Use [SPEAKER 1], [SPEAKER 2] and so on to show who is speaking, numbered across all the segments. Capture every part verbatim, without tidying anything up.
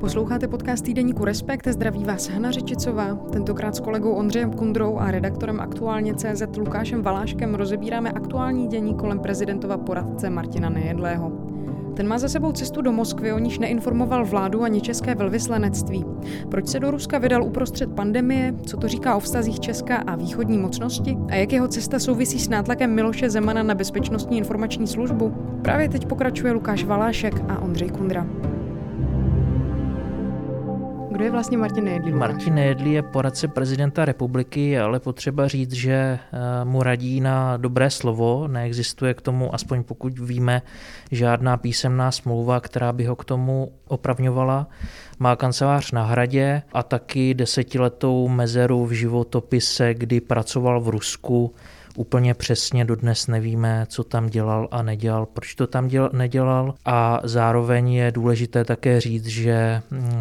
[SPEAKER 1] Posloucháte podcast týdeníku Respekt, zdraví vás Hana Řečicová. Tentokrát s kolegou Ondřejem Kundrou a redaktorem Aktuálně tečka cé zet Lukášem Valáškem rozebíráme aktuální dění kolem prezidentova poradce Martina Nejedlého. Ten má za sebou cestu do Moskvy, o níž neinformoval vládu ani české velvyslanectví. Proč se do Ruska vydal uprostřed pandemie, co to říká o vztazích Česka a východní mocnosti a jak jeho cesta souvisí s nátlakem Miloše Zemana na Bezpečnostní informační službu? Právě teď pokračuje Lukáš Valášek a Ondřej Kundra. Kdo je vlastně Martin Nejedlý?
[SPEAKER 2] Martin Nejedlý je poradce prezidenta republiky, je ale potřeba říct, že mu radí na dobré slovo. Neexistuje k tomu, aspoň pokud víme, žádná písemná smlouva, která by ho k tomu opravňovala. Má kancelář na Hradě a taky desetiletou mezeru v životopise, kdy pracoval v Rusku. Úplně přesně dodnes nevíme, co tam dělal a nedělal, proč to tam dělal, nedělal. A zároveň je důležité také říct, že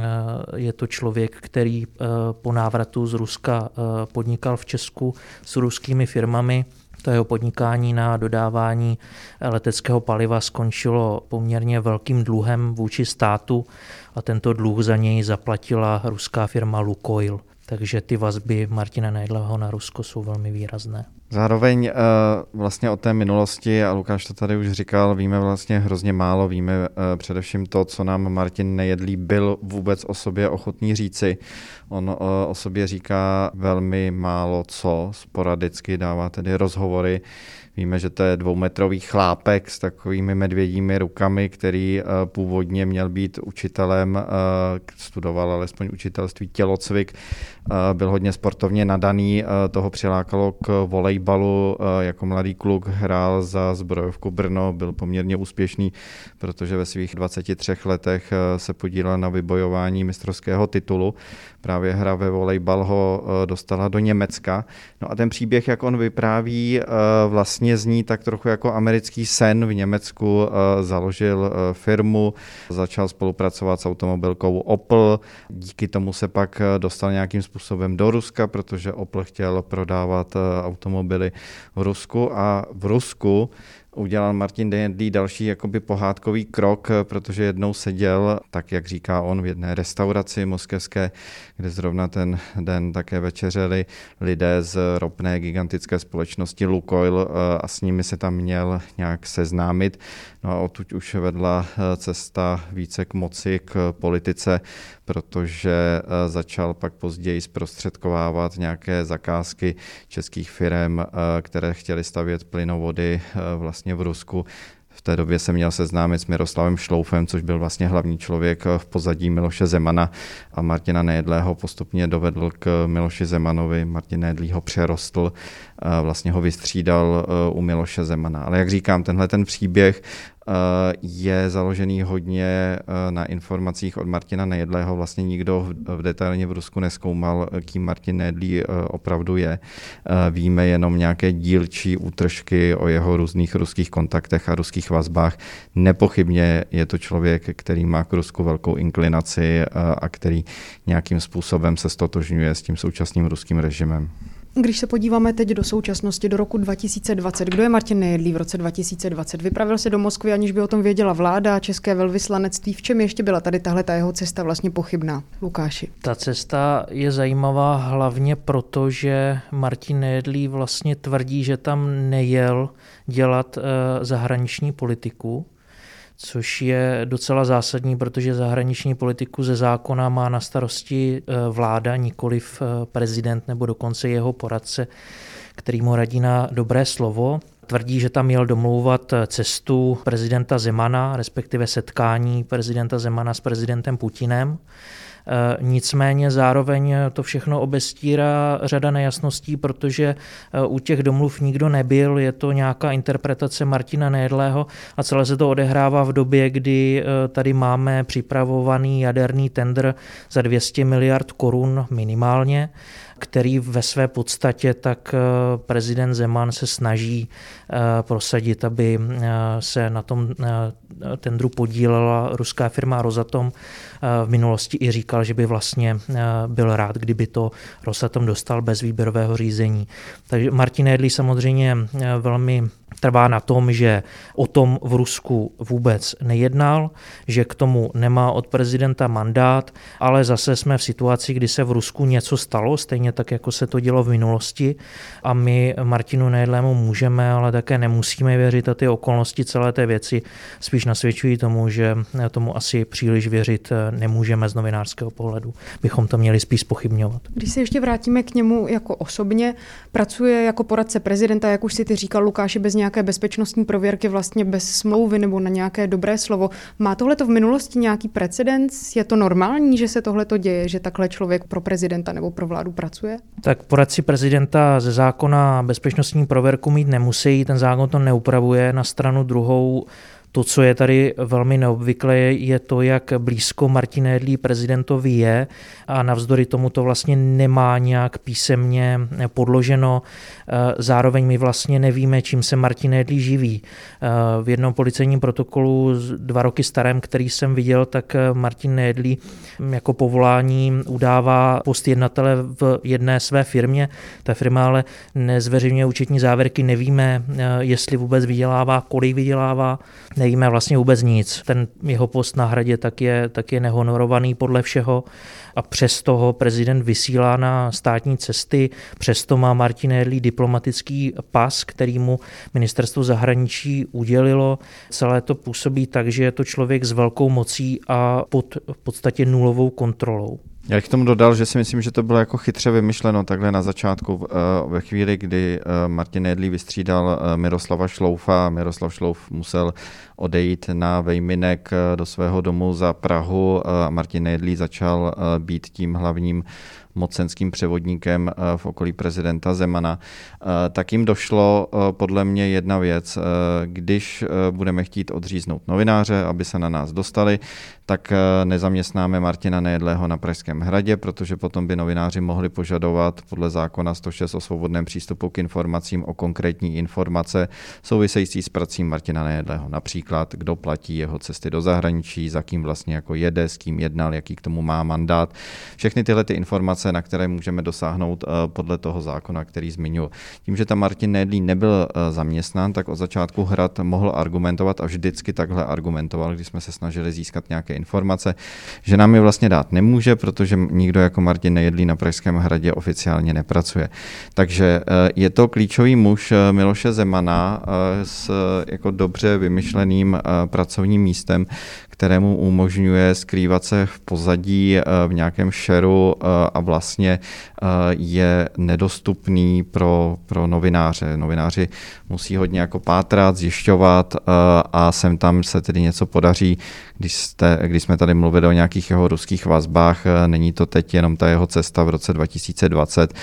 [SPEAKER 2] je to člověk, který po návratu z Ruska podnikal v Česku s ruskými firmami. To jeho podnikání na dodávání leteckého paliva skončilo poměrně velkým dluhem vůči státu a tento dluh za něj zaplatila ruská firma Lukoil. Takže ty vazby Martina Nejedlého na Rusko jsou velmi výrazné.
[SPEAKER 3] Zároveň vlastně o té minulosti, a Lukáš to tady už říkal, víme vlastně hrozně málo, víme především to, co nám Martin Nejedlý byl vůbec o sobě ochotný říci. On o sobě říká velmi málo co, sporadicky dává tedy rozhovory. Víme, že to je dvoumetrový chlápek s takovými medvědími rukami, který původně měl být učitelem, studoval alespoň učitelství tělocvik, byl hodně sportovně nadaný, toho přilákalo k volejbalu, jako mladý kluk hrál za Zbrojovku Brno, byl poměrně úspěšný, protože ve svých dvaceti třech letech se podílel na vybojování mistrovského titulu. Právě hra ve volejbal ho dostala do Německa. No a ten příběh, jak on vypráví, vlastně zní tak trochu jako americký sen. V Německu založil firmu, začal spolupracovat s automobilkou Opel. Díky tomu se pak dostal nějakým způsobem do Ruska, protože Opel chtěl prodávat automobily v Rusku a v Rusku udělal Martin Nejedlý další jakoby pohádkový krok, protože jednou seděl, tak jak říká on, v jedné restauraci moskevské, kde zrovna ten den také večeřeli lidé z ropné gigantické společnosti Lukoil a s nimi se tam měl nějak seznámit. No a odtud už vedla cesta více k moci, k politice, protože začal pak později zprostředkovávat nějaké zakázky českých firem, které chtěly stavět plynovody vlastně v Rusku. V té době se měl seznámit s Miroslavem Šloufem, což byl vlastně hlavní člověk v pozadí Miloše Zemana, a Martina Nejedlého postupně dovedl k Miloši Zemanovi. Martin Nejedlý ho přerostl, vlastně ho vystřídal u Miloše Zemana. Ale jak říkám, tenhle ten příběh je založený hodně na informacích od Martina Nejedlého. Vlastně nikdo v detailně v Rusku nezkoumal, kým Martin Nejedlý opravdu je. Víme jenom nějaké dílčí útržky o jeho různých ruských kontaktech a ruských vazbách. Nepochybně je to člověk, který má k Rusku velkou inklinaci a který nějakým způsobem se stotožňuje s tím současným ruským režimem.
[SPEAKER 1] Když se podíváme teď do současnosti, do roku dva tisíce dvacet, kdo je Martin Nejedlý v roce dva tisíce dvacet? Vypravil se do Moskvy, aniž by o tom věděla vláda, české velvyslanectví. V čem ještě byla tady tahle ta jeho cesta vlastně pochybná? Lukáši.
[SPEAKER 2] Ta cesta je zajímavá hlavně proto, že Martin Nejedlý vlastně tvrdí, že tam nejel dělat uh, zahraniční politiku, což je docela zásadní, protože zahraniční politiku ze zákona má na starosti vláda, nikoliv prezident nebo dokonce jeho poradce, který mu radí na dobré slovo. Tvrdí, že tam měl domlouvat cestu prezidenta Zemana, respektive setkání prezidenta Zemana s prezidentem Putinem. Nicméně zároveň to všechno obestírá řada nejasností, protože u těch domluv nikdo nebyl, je to nějaká interpretace Martina Nejedlého a celé se to odehrává v době, kdy tady máme připravovaný jaderný tendr za dvě stě miliard korun minimálně, který ve své podstatě tak prezident Zeman se snaží prosadit, aby se na tom tendru podílela ruská firma Rosatom. V minulosti i říkal, že by vlastně byl rád, kdyby to Rosatom dostal bez výběrového řízení. Takže Martin Nejedlý samozřejmě velmi trvá na tom, že o tom v Rusku vůbec nejednal, že k tomu nemá od prezidenta mandát, ale zase jsme v situaci, kdy se v Rusku něco stalo, stejně tak, jako se to dělo v minulosti a my Martinu Nejedlému můžeme, ale také nemusíme věřit a ty okolnosti celé té věci spíš nasvědčují tomu, že tomu asi příliš věřit nemůžeme z novinářského pohledu. Bychom to měli spíš zpochybňovat.
[SPEAKER 1] Když se ještě vrátíme k němu jako osobně, pracuje jako poradce prezidenta, jak už si ty říkal, Lukáši, bez nějaké bezpečnostní prověrky, vlastně bez smlouvy nebo na nějaké dobré slovo. Má tohleto v minulosti nějaký precedens? Je to normální, že se tohleto děje, že takhle člověk pro prezidenta nebo pro vládu pracuje?
[SPEAKER 2] Tak poradci prezidenta ze zákona bezpečnostní prověrku mít nemusí, ten zákon to neupravuje. Na stranu druhou to, co je tady velmi neobvyklé, je to, jak blízko Martin Nejedlý prezidentovi je a navzdory tomu to vlastně nemá nějak písemně podloženo. Zároveň my vlastně nevíme, čím se Martin Nejedlý živí. V jednom policejním protokolu dva roky starém, který jsem viděl, tak Martin Nejedlý jako povolání udává post jednatele v jedné své firmě. Ta firma ale nezveřejňuje účetní závěrky, nevíme, jestli vůbec vydělává, kolik vydělává. Nevíme vlastně vůbec nic. Ten jeho post na Hradě tak je, tak je nehonorovaný podle všeho a přesto ho prezident vysílá na státní cesty. Přesto má Martin Nejedlý diplomatický pas, který mu ministerstvo zahraničí udělilo. Celé to působí tak, že je to člověk s velkou mocí a pod v podstatě nulovou kontrolou.
[SPEAKER 3] Já bych k tomu dodal, že si myslím, že to bylo jako chytře vymyšleno takhle na začátku, ve chvíli, kdy Martin Nejedlý vystřídal Miroslava Šloufa. Miroslav Šlouf musel odejít na vejminek do svého domu za Prahu a Martin Nejedlý začal být tím hlavním mocenským převodníkem v okolí prezidenta Zemana, tak jim došlo podle mě jedna věc. Když budeme chtít odříznout novináře, aby se na nás dostali, tak nezaměstnáme Martina Nejedlého na Pražském hradě, protože potom by novináři mohli požadovat podle zákona sto šest o svobodném přístupu k informacím o konkrétní informace související s prací Martina Nejedlého. Například, kdo platí jeho cesty do zahraničí, za kým vlastně jako jede, s kým jednal, jaký k tomu má mandát. Všechny tyhle ty informace, na které můžeme dosáhnout podle toho zákona, který zmiňuji. Tím, že tam Martin Nejedlý nebyl zaměstnán, tak od začátku Hrad mohl argumentovat a vždycky takhle argumentoval, když jsme se snažili získat nějaké informace, že nám je vlastně dát nemůže, protože nikdo jako Martin Nejedlý na Pražském hradě oficiálně nepracuje. Takže je to klíčový muž Miloše Zemana s jako dobře vymyšleným pracovním místem, kterému umožňuje skrývat se v pozadí v nějakém šeru a vlastně je nedostupný pro, pro novináře. Novináři musí hodně jako pátrat, zjišťovat a sem tam se tedy něco podaří. Když, jste, když jsme tady mluvili o nějakých jeho ruských vazbách, není to teď jenom ta jeho cesta v roce dva tisíce dvacet,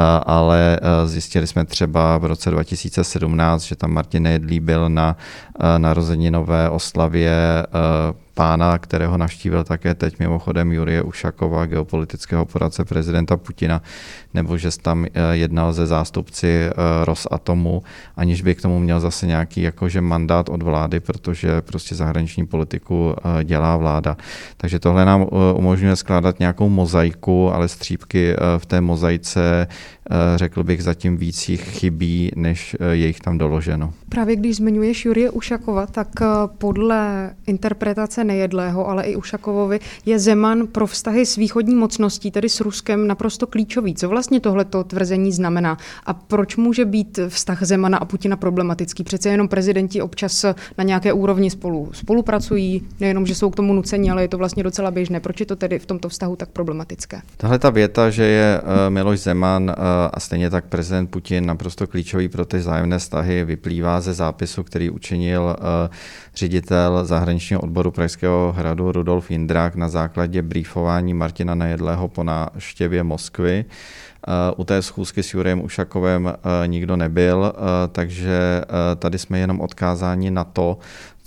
[SPEAKER 3] ale zjistili jsme třeba v roce dva tisíce sedmnáct, že tam Martin Nejedlý byl na narozeninové oslavě pána, kterého navštívil také teď mimochodem Jurije Ušakova, geopolitického poradce prezidenta Putina, nebo že tam jednal ze zástupci Rosatomu, aniž by k tomu měl zase nějaký jakože mandát od vlády, protože prostě zahraniční politiku dělá vláda. Takže tohle nám umožňuje skládat nějakou mozaiku, ale střípky v té mozaice, řekl bych, zatím víc jich chybí, než je jich tam doloženo.
[SPEAKER 1] Právě když zmiňuješ Jurije Ušakova, tak podle interpretace Nejedlého, ale i Ušakovovi, je Zeman pro vztahy s východní mocností, tedy s Ruskem, naprosto klíčový. Co vlastně tohleto tvrzení znamená? A proč může být vztah Zemana a Putina problematický? Přece jenom prezidenti občas na nějaké úrovni spolu spolupracují, nejenom, že jsou k tomu nuceni, ale je to vlastně docela běžné. Proč je to tedy v tomto vztahu tak problematické?
[SPEAKER 3] Tahle ta věta, že je Miloš Zeman a stejně tak prezident Putin naprosto klíčový pro ty vzájemné vztahy, vyplývá ze zápisu, který učinil ředitel zahraničního odboru Pražského hradu Rudolf Jindrák na základě briefování Martina Nejedlého po návštěvě Moskvy. U té schůzky s Jurijem Ušakovem nikdo nebyl, takže tady jsme jenom odkázáni na to,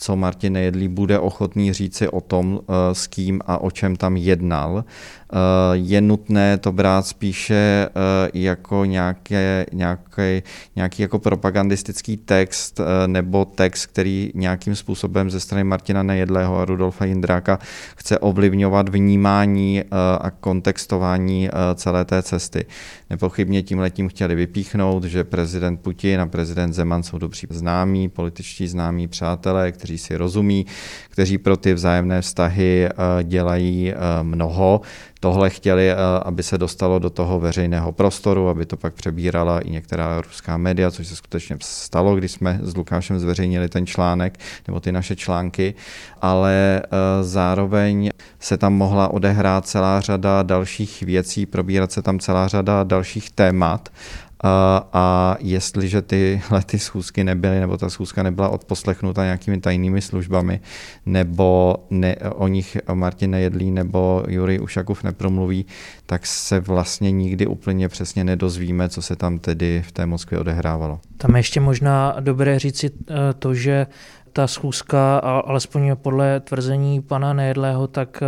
[SPEAKER 3] co Martin Nejedlý bude ochotný říci o tom, s kým a o čem tam jednal. Je nutné to brát spíše jako nějaké, nějaký, nějaký jako propagandistický text nebo text, který nějakým způsobem ze strany Martina Nejedlého a Rudolfa Jindráka chce ovlivňovat vnímání a kontextování celé té cesty. Nepochybně tímhletím chtěli vypíchnout, že prezident Putin a prezident Zeman jsou dobří známí, političtí známí přátelé, kteří si rozumí, kteří pro ty vzájemné vztahy dělají mnoho. Tohle chtěli, aby se dostalo do toho veřejného prostoru, aby to pak přebírala i některá ruská média, což se skutečně stalo, když jsme s Lukášem zveřejnili ten článek, nebo ty naše články, ale zároveň se tam mohla odehrát celá řada dalších věcí, probírat se tam celá řada dalších témat. A, a jestliže tyhle ty schůzky nebyly, nebo ta schůzka nebyla odposlechnuta nějakými tajnými službami, nebo ne, o nich Martin Nejedlý nebo Jurij Ušakov nepromluví, tak se vlastně nikdy úplně přesně nedozvíme, co se tam tedy v té Moskvě odehrávalo.
[SPEAKER 2] Tam ještě možná dobré říci to, že ta schůzka, alespoň podle tvrzení pana Nejedlého, tak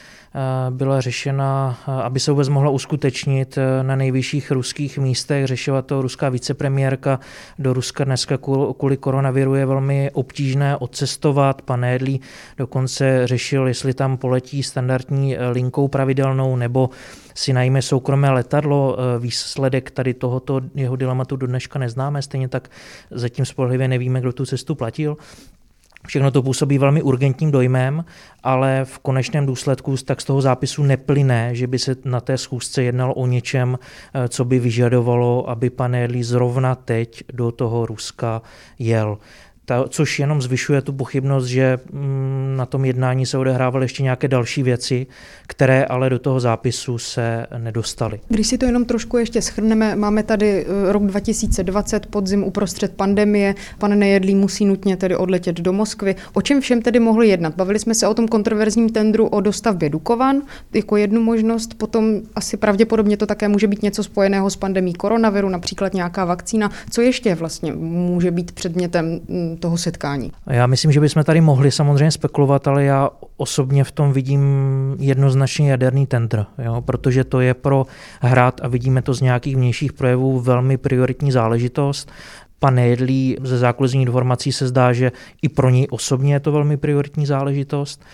[SPEAKER 2] byla řešena, aby se vůbec mohla uskutečnit na nejvyšších ruských místech. Řešila to ruská vicepremiérka. Do Ruska dneska kvůli koronaviru je velmi obtížné odcestovat. Pan Nejedlý dokonce řešil, jestli tam poletí standardní linkou pravidelnou nebo si najme soukromé letadlo. Výsledek tady tohoto jeho dilematu do dneška neznáme. Stejně tak zatím spolehlivě nevíme, kdo tu cestu platil. Všechno to působí velmi urgentním dojmem, ale v konečném důsledku tak z toho zápisu neplyne, že by se na té schůzce jednalo o něčem, co by vyžadovalo, aby pan Nejedlý zrovna teď do toho Ruska jel. Ta, což jenom zvyšuje tu pochybnost, že mm, na tom jednání se odehrávaly ještě nějaké další věci, které ale do toho zápisu se nedostaly.
[SPEAKER 1] Když si to jenom trošku ještě shrneme, máme tady rok dva tisíce dvacet, podzim uprostřed pandemie, pan Nejedlý musí nutně tedy odletět do Moskvy. O čem všem tedy mohli jednat? Bavili jsme se o tom kontroverzním tendru o dostavbě Dukovan jako jednu možnost, potom asi pravděpodobně to také může být něco spojeného s pandemií koronaviru, například nějaká vakcína. Co ještě vlastně může být předmětem toho setkání?
[SPEAKER 2] Já myslím, že bychom tady mohli samozřejmě spekulovat, ale já osobně v tom vidím jednoznačně jaderný tendr, jo? Protože to je pro hrad, a vidíme to z nějakých vnějších projevů, velmi prioritní záležitost. Pan Nejedlý ze zákulisních informací se zdá, že i pro něj osobně je to velmi prioritní záležitost.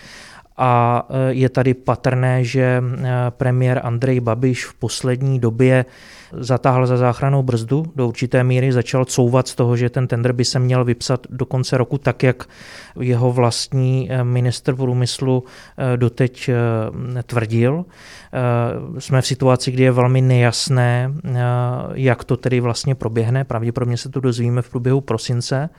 [SPEAKER 2] A je tady patrné, že premiér Andrej Babiš v poslední době zatáhl za záchrannou brzdu, do určité míry začal couvat z toho, že ten tendr by se měl vypsat do konce roku tak, jak jeho vlastní ministr průmyslu doteď tvrdil. Jsme v situaci, kdy je velmi nejasné, jak to tedy vlastně proběhne. Pravděpodobně se to dozvíme v průběhu prosince.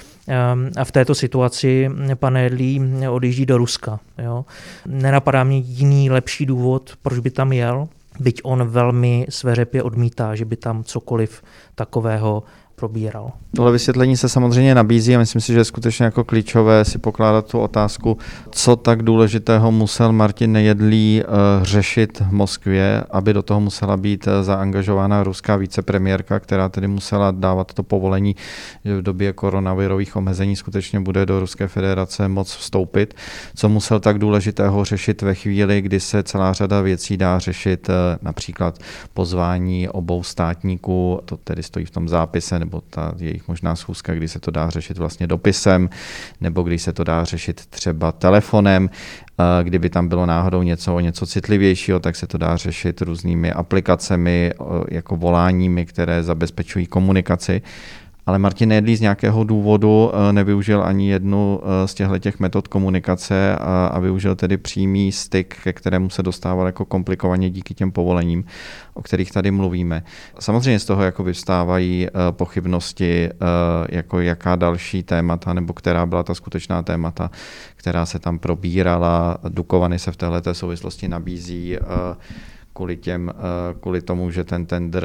[SPEAKER 2] A v této situaci pan Nejedlý odjíždí do Ruska. Jo. Nenapadá mě jiný lepší důvod, proč by tam jel, byť on velmi sveřepě odmítá, že by tam cokoliv takového probíral.
[SPEAKER 3] Tohle vysvětlení se samozřejmě nabízí a myslím si, že je skutečně jako klíčové si pokládat tu otázku, co tak důležitého musel Martin Nejedlý uh, řešit v Moskvě, aby do toho musela být zaangažována ruská vicepremiérka, která tedy musela dávat to povolení, že v době koronavirových omezení skutečně bude do Ruské federace moc vstoupit. Co musel tak důležitého řešit ve chvíli, kdy se celá řada věcí dá řešit, uh, například pozvání obou státníků, to tedy stojí v tom zápise, nebo ta jejich možná schůzka, kdy se to dá řešit vlastně dopisem, nebo když se to dá řešit třeba telefonem. Kdyby tam bylo náhodou něco o něco citlivějšího, tak se to dá řešit různými aplikacemi, jako voláními, které zabezpečují komunikaci. Ale Martin Nejedlý z nějakého důvodu nevyužil ani jednu z těchto metod komunikace a, a využil tedy přímý styk, ke kterému se dostával jako komplikovaně díky těm povolením, o kterých tady mluvíme. Samozřejmě z toho jako vyvstávají pochybnosti, jako jaká další témata, nebo která byla ta skutečná témata, která se tam probírala. Dukovany se v téhleté souvislosti nabízí kvůli, těm, kvůli tomu, že ten tender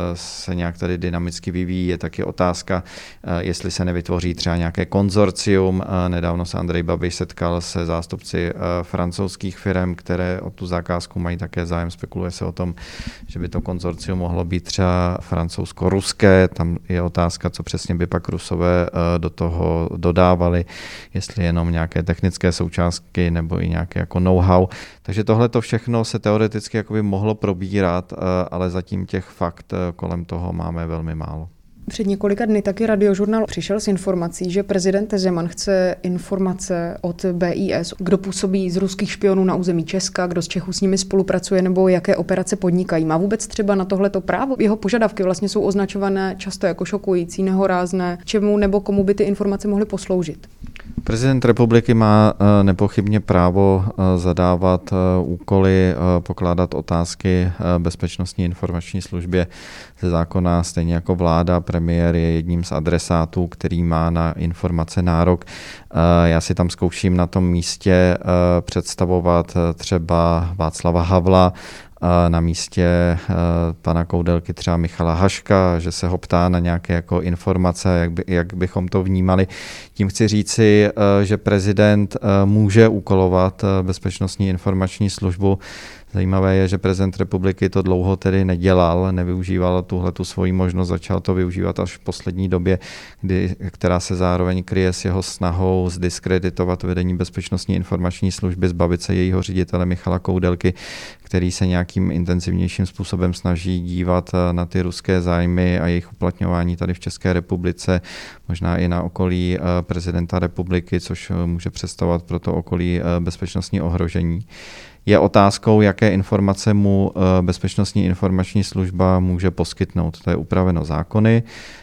[SPEAKER 3] se nějak tady dynamicky vyvíjí, je taky otázka, jestli se nevytvoří třeba nějaké konzorcium. Nedávno se Andrej Babiš setkal se zástupci francouzských firm, které o tu zakázku mají také zájem. Spekuluje se o tom, že by to konzorcium mohlo být třeba francouzsko-ruské. Tam je otázka, co přesně by pak Rusové do toho dodávali, jestli jenom nějaké technické součástky nebo i nějaké jako know-how. Takže tohle to všechno se teoreticky jakoby mohlo probírat, ale zatím těch fakt kolem toho máme velmi málo.
[SPEAKER 1] Před několika dny taky Radiožurnál přišel s informací, že prezident Zeman chce informace od B I S, kdo působí z ruských špionů na území Česka, kdo z Čechů s nimi spolupracuje nebo jaké operace podnikají. Má vůbec třeba na tohleto právo? Jeho požadavky vlastně jsou označované často jako šokující, nehorázné. Čemu nebo komu by ty informace mohly posloužit?
[SPEAKER 3] Prezident republiky má nepochybně právo zadávat úkoly, pokládat otázky Bezpečnostní informační službě ze zákona, stejně jako vláda. Premiér je jedním z adresátů, který má na informace nárok. Já si tam zkouším na tom místě představovat třeba Václava Havla, na místě pana Koudelky třeba Michala Haška, že se ho ptá na nějaké jako informace, jak, by, jak bychom to vnímali. Tím chci říci, že prezident může úkolovat Bezpečnostní informační službu. Zajímavé je, že prezident republiky to dlouho tedy nedělal, nevyužíval tuhletu svoji možnost, začal to využívat až v poslední době, kdy, která se zároveň kryje s jeho snahou zdiskreditovat vedení Bezpečnostní informační služby, zbavit se jejího ředitele Michala Koudelky, který se nějakým intenzivnějším způsobem snaží dívat na ty ruské zájmy a jejich uplatňování tady v České republice, možná i na okolí prezidenta republiky, což může představovat pro to okolí bezpečnostní ohrožení. Je otázkou, jaké informace mu Bezpečnostní informační služba může poskytnout. To je upraveno zákony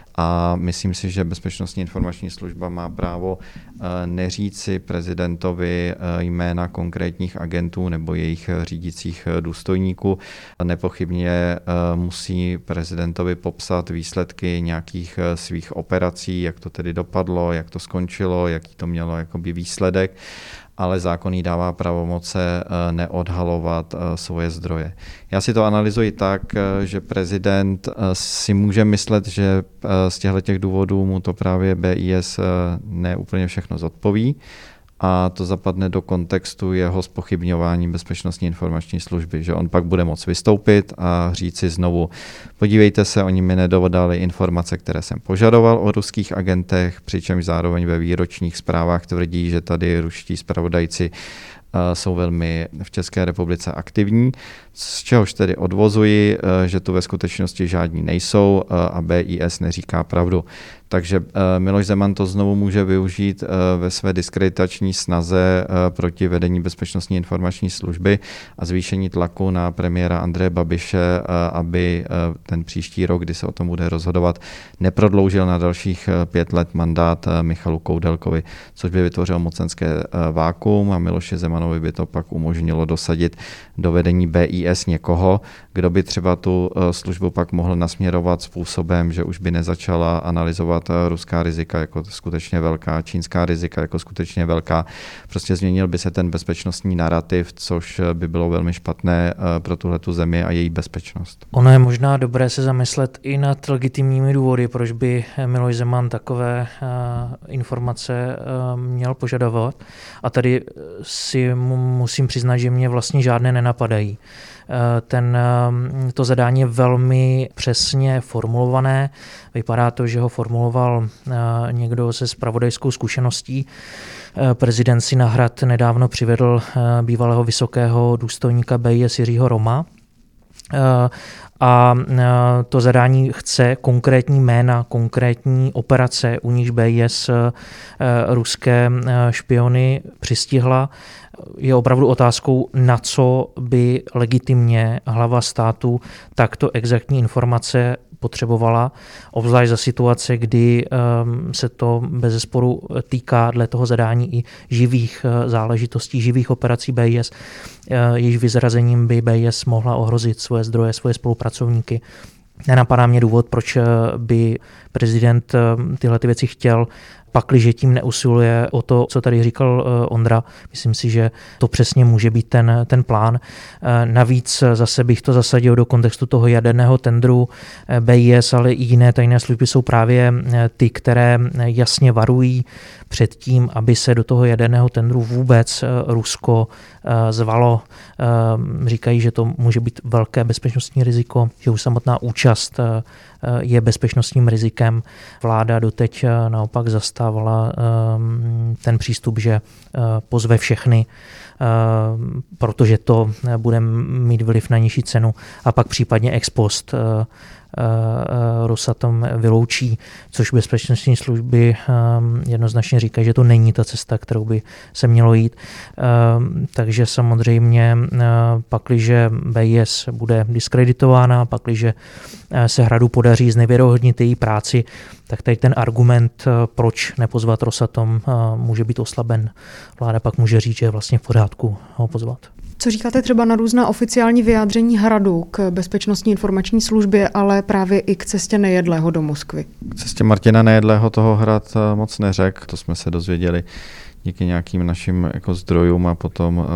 [SPEAKER 3] a myslím si, že Bezpečnostní informační služba má právo neříci prezidentovi jména konkrétních agentů nebo jejich řídících důstojníků. Nepochybně musí prezidentovi popsat výsledky nějakých svých operací, jak to tedy dopadlo, jak to skončilo, jaký to mělo jakoby výsledek, ale zákon jí dává pravomoce neodhalovat svoje zdroje. Já si to analyzuji tak, že prezident si může myslet, že z těchto důvodů mu to právě B I S neúplně všechno zodpoví, a to zapadne do kontextu jeho zpochybňování Bezpečnostní informační služby, že on pak bude moct vystoupit a říci znovu, podívejte se, oni mi nedodali informace, které jsem požadoval o ruských agentech, přičemž zároveň ve výročních zprávách tvrdí, že tady ruští zpravodajci jsou velmi v České republice aktivní, z čehož tedy odvozuji, že tu ve skutečnosti žádní nejsou a B I S neříká pravdu. Takže Miloš Zeman to znovu může využít ve své diskreditační snaze proti vedení Bezpečnostní informační služby a zvýšení tlaku na premiéra Andreje Babiše, aby ten příští rok, kdy se o tom bude rozhodovat, neprodloužil na dalších pět let mandát Michalu Koudelkovi, což by vytvořilo mocenské vákuum a Miloši Zemanovi by to pak umožnilo dosadit do vedení B I S někoho, kdo by třeba tu službu pak mohl nasměrovat způsobem, že už by nezačala analyzovat ruská rizika jako skutečně velká, čínská rizika jako skutečně velká. Prostě změnil by se ten bezpečnostní narrativ, což by bylo velmi špatné pro tuhletu zemi a její bezpečnost.
[SPEAKER 2] Ono je možná dobré se zamyslet i nad legitimními důvody, proč by Miloš Zeman takové informace měl požadovat. A tady si musím přiznat, že mě vlastně žádné nenapadají. Ten, to zadání je velmi přesně formulované. Vypadá to, že ho formuloval někdo se zpravodajskou zkušeností. Prezident si na Hrad nedávno přivedl bývalého vysokého důstojníka B I S Jiřího Roma. A to zadání chce konkrétní jména, konkrétní operace, u níž B I S ruské špiony přistihla. Je opravdu otázkou, na co by legitimně hlava státu takto exaktní informace potřebovala, obzvlášť za situace, kdy se to bezesporu týká dle toho zadání i živých záležitostí, živých operací B I S, jejíž vyzrazením by B I S mohla ohrozit svoje zdroje, svoje spolupracovníky. Nenapadá mě důvod, proč by prezident tyhle ty věci chtěl pakliže tím neusiluje o to, co tady říkal Ondra. Myslím si, že to přesně může být ten, ten plán. Navíc zase bych to zasadil do kontextu toho jaderného tendru. B I S, ale i jiné tajné služby jsou právě ty, které jasně varují před tím, aby se do toho jaderného tendru vůbec Rusko zvalo. Říkají, že to může být velké bezpečnostní riziko, že už samotná účast je bezpečnostním rizikem. Vláda doteď naopak zastávala ten přístup, že pozve všechny, protože to bude mít vliv na nižší cenu a pak případně ex post Rosatom vyloučí, což bezpečnostní služby jednoznačně říkají, že to není ta cesta, kterou by se mělo jít. Takže samozřejmě pakliže B I S bude diskreditována, pakliže se Hradu podaří znevěrohodnit její práci, tak tady ten argument, proč nepozvat Rosatom, může být oslaben. Vláda pak může říct, že je vlastně v pořádku ho pozvat.
[SPEAKER 1] Co říkáte třeba na různá oficiální vyjádření Hradu k bezpečnostní informační službě, ale právě i k cestě Nejedlého do Moskvy?
[SPEAKER 3] K cestě Martina Nejedlého toho Hrad moc neřekl, to jsme se dozvěděli díky nějakým našim jako zdrojům a potom uh,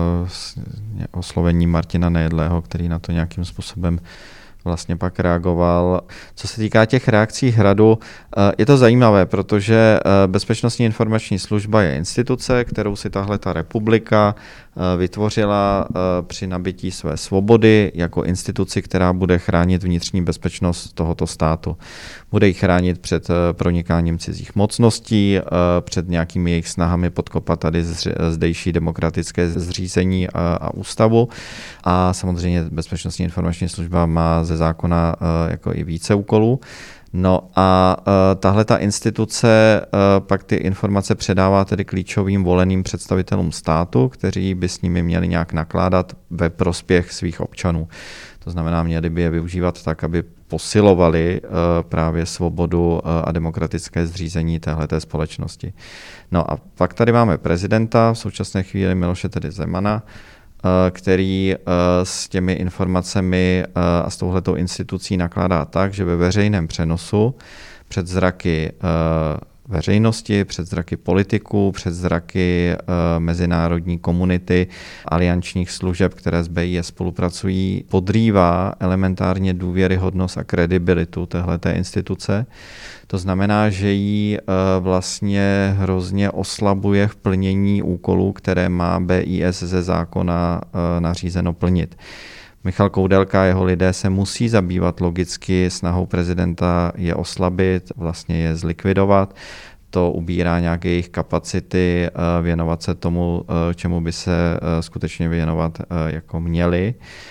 [SPEAKER 3] oslovení Martina Nejedlého, který na to nějakým způsobem vlastně pak reagoval. Co se týká těch reakcí Hradu, je to zajímavé, protože Bezpečnostní informační služba je instituce, kterou si tahle ta republika vytvořila při nabití své svobody jako instituci, která bude chránit vnitřní bezpečnost tohoto státu. Bude ji chránit před pronikáním cizích mocností, před nějakými jejich snahami podkopat tady zdejší demokratické zřízení a ústavu. A samozřejmě Bezpečnostní informační služba má ze zákona jako i více úkolů. No a tahle ta instituce pak ty informace předává tedy klíčovým voleným představitelům státu, kteří by s nimi měli nějak nakládat ve prospěch svých občanů. To znamená, měli by je využívat tak, aby posilovali právě svobodu a demokratické zřízení téhleté společnosti. No a pak tady máme prezidenta, v současné chvíli Miloše tedy Zemana, který s těmi informacemi a s touhletou institucí nakládá tak, že ve veřejném přenosu před zraky veřejnosti, před zraky politiků, před zraky mezinárodní komunity, aliančních služeb, které s B I S spolupracují, podrývá elementárně důvěryhodnost a kredibilitu téhleté instituce. To znamená, že ji vlastně hrozně oslabuje v plnění úkolů, které má B I S ze zákona nařízeno plnit. Michal Koudelka a jeho lidé se musí zabývat logicky snahou prezidenta je oslabit, vlastně je zlikvidovat. To ubírá nějaké jejich kapacity věnovat se tomu, čemu by se skutečně věnovat jako měli.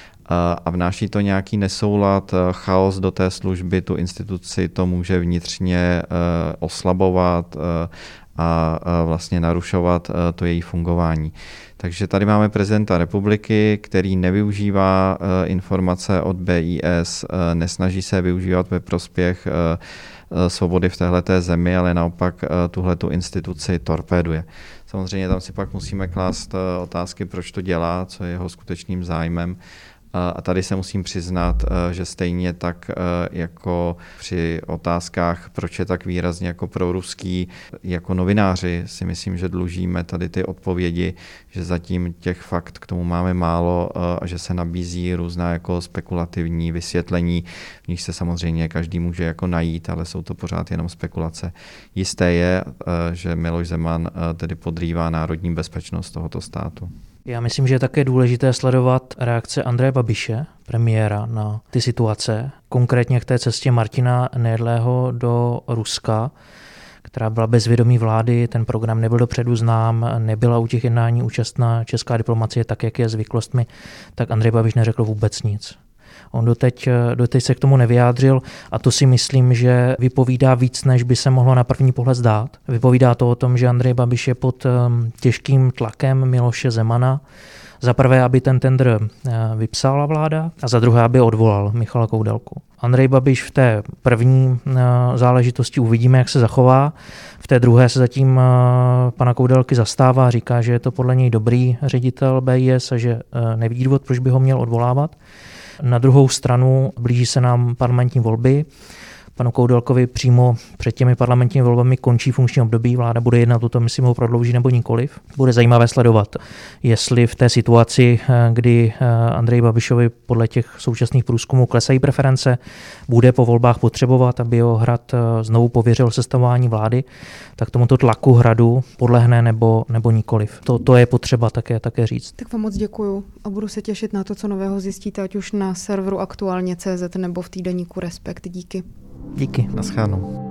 [SPEAKER 3] A vnáší to nějaký nesoulad, chaos do té služby, tu instituci to může vnitřně oslabovat a vlastně narušovat to její fungování. Takže tady máme prezidenta republiky, který nevyužívá informace od B I S, nesnaží se využívat ve prospěch svobody v téhleté zemi, ale naopak tuhletu instituci torpéduje. Samozřejmě tam si pak musíme klást otázky, proč to dělá, co je jeho skutečným zájmem. A tady se musím přiznat, že stejně tak jako při otázkách, proč je tak výrazně jako proruský, jako novináři si myslím, že dlužíme tady ty odpovědi, že zatím těch fakt k tomu máme málo a že se nabízí různá jako spekulativní vysvětlení, v nich se samozřejmě každý může jako najít, ale jsou to pořád jenom spekulace. Jisté je, že Miloš Zeman tedy podrývá národní bezpečnost tohoto státu.
[SPEAKER 2] Já myslím, že je také důležité sledovat reakce Andreje Babiše, premiéra, na ty situace, konkrétně k té cestě Martina Nejedlého do Ruska, která byla bez vědomí vlády, ten program nebyl dopředu znám, nebyla u těch jednání účastná česká diplomacie tak, jak je zvyklostmi, tak Andrej Babiš neřekl vůbec nic. On doteď, doteď se k tomu nevyjádřil a to si myslím, že vypovídá víc, než by se mohlo na první pohled zdát. Vypovídá to o tom, že Andrej Babiš je pod těžkým tlakem Miloše Zemana. Za prvé, aby ten tendr vypsala vláda a za druhé, aby odvolal Michala Koudelku. Andrej Babiš v té první záležitosti uvidíme, jak se zachová. V té druhé se zatím pana Koudelky zastává, říká, že je to podle něj dobrý ředitel B I S a že nevidí důvod, proč by ho měl odvolávat. Na druhou stranu blíží se nám parlamentní volby. panu Koudelkovi přímo před těmi parlamentními volbami končí funkční období, vláda bude jednat o tom, jestli ho prodlouží nebo nikoliv. Bude zajímavé sledovat, jestli v té situaci, kdy Andreji Babišovi podle těch současných průzkumů klesají preference, bude po volbách potřebovat, aby ho Hrad znovu pověřil sestavování vlády, tak tomuto tlaku Hradu podlehne nebo, nebo nikoliv. To, to je potřeba také, také říct.
[SPEAKER 1] Tak vám moc děkuju a budu se těšit na to, co nového zjistíte, ať už na serveru aktuálně tečka cé zet nebo v týdeníku Respekt. Díky.
[SPEAKER 2] Díky.
[SPEAKER 3] Naschledanou.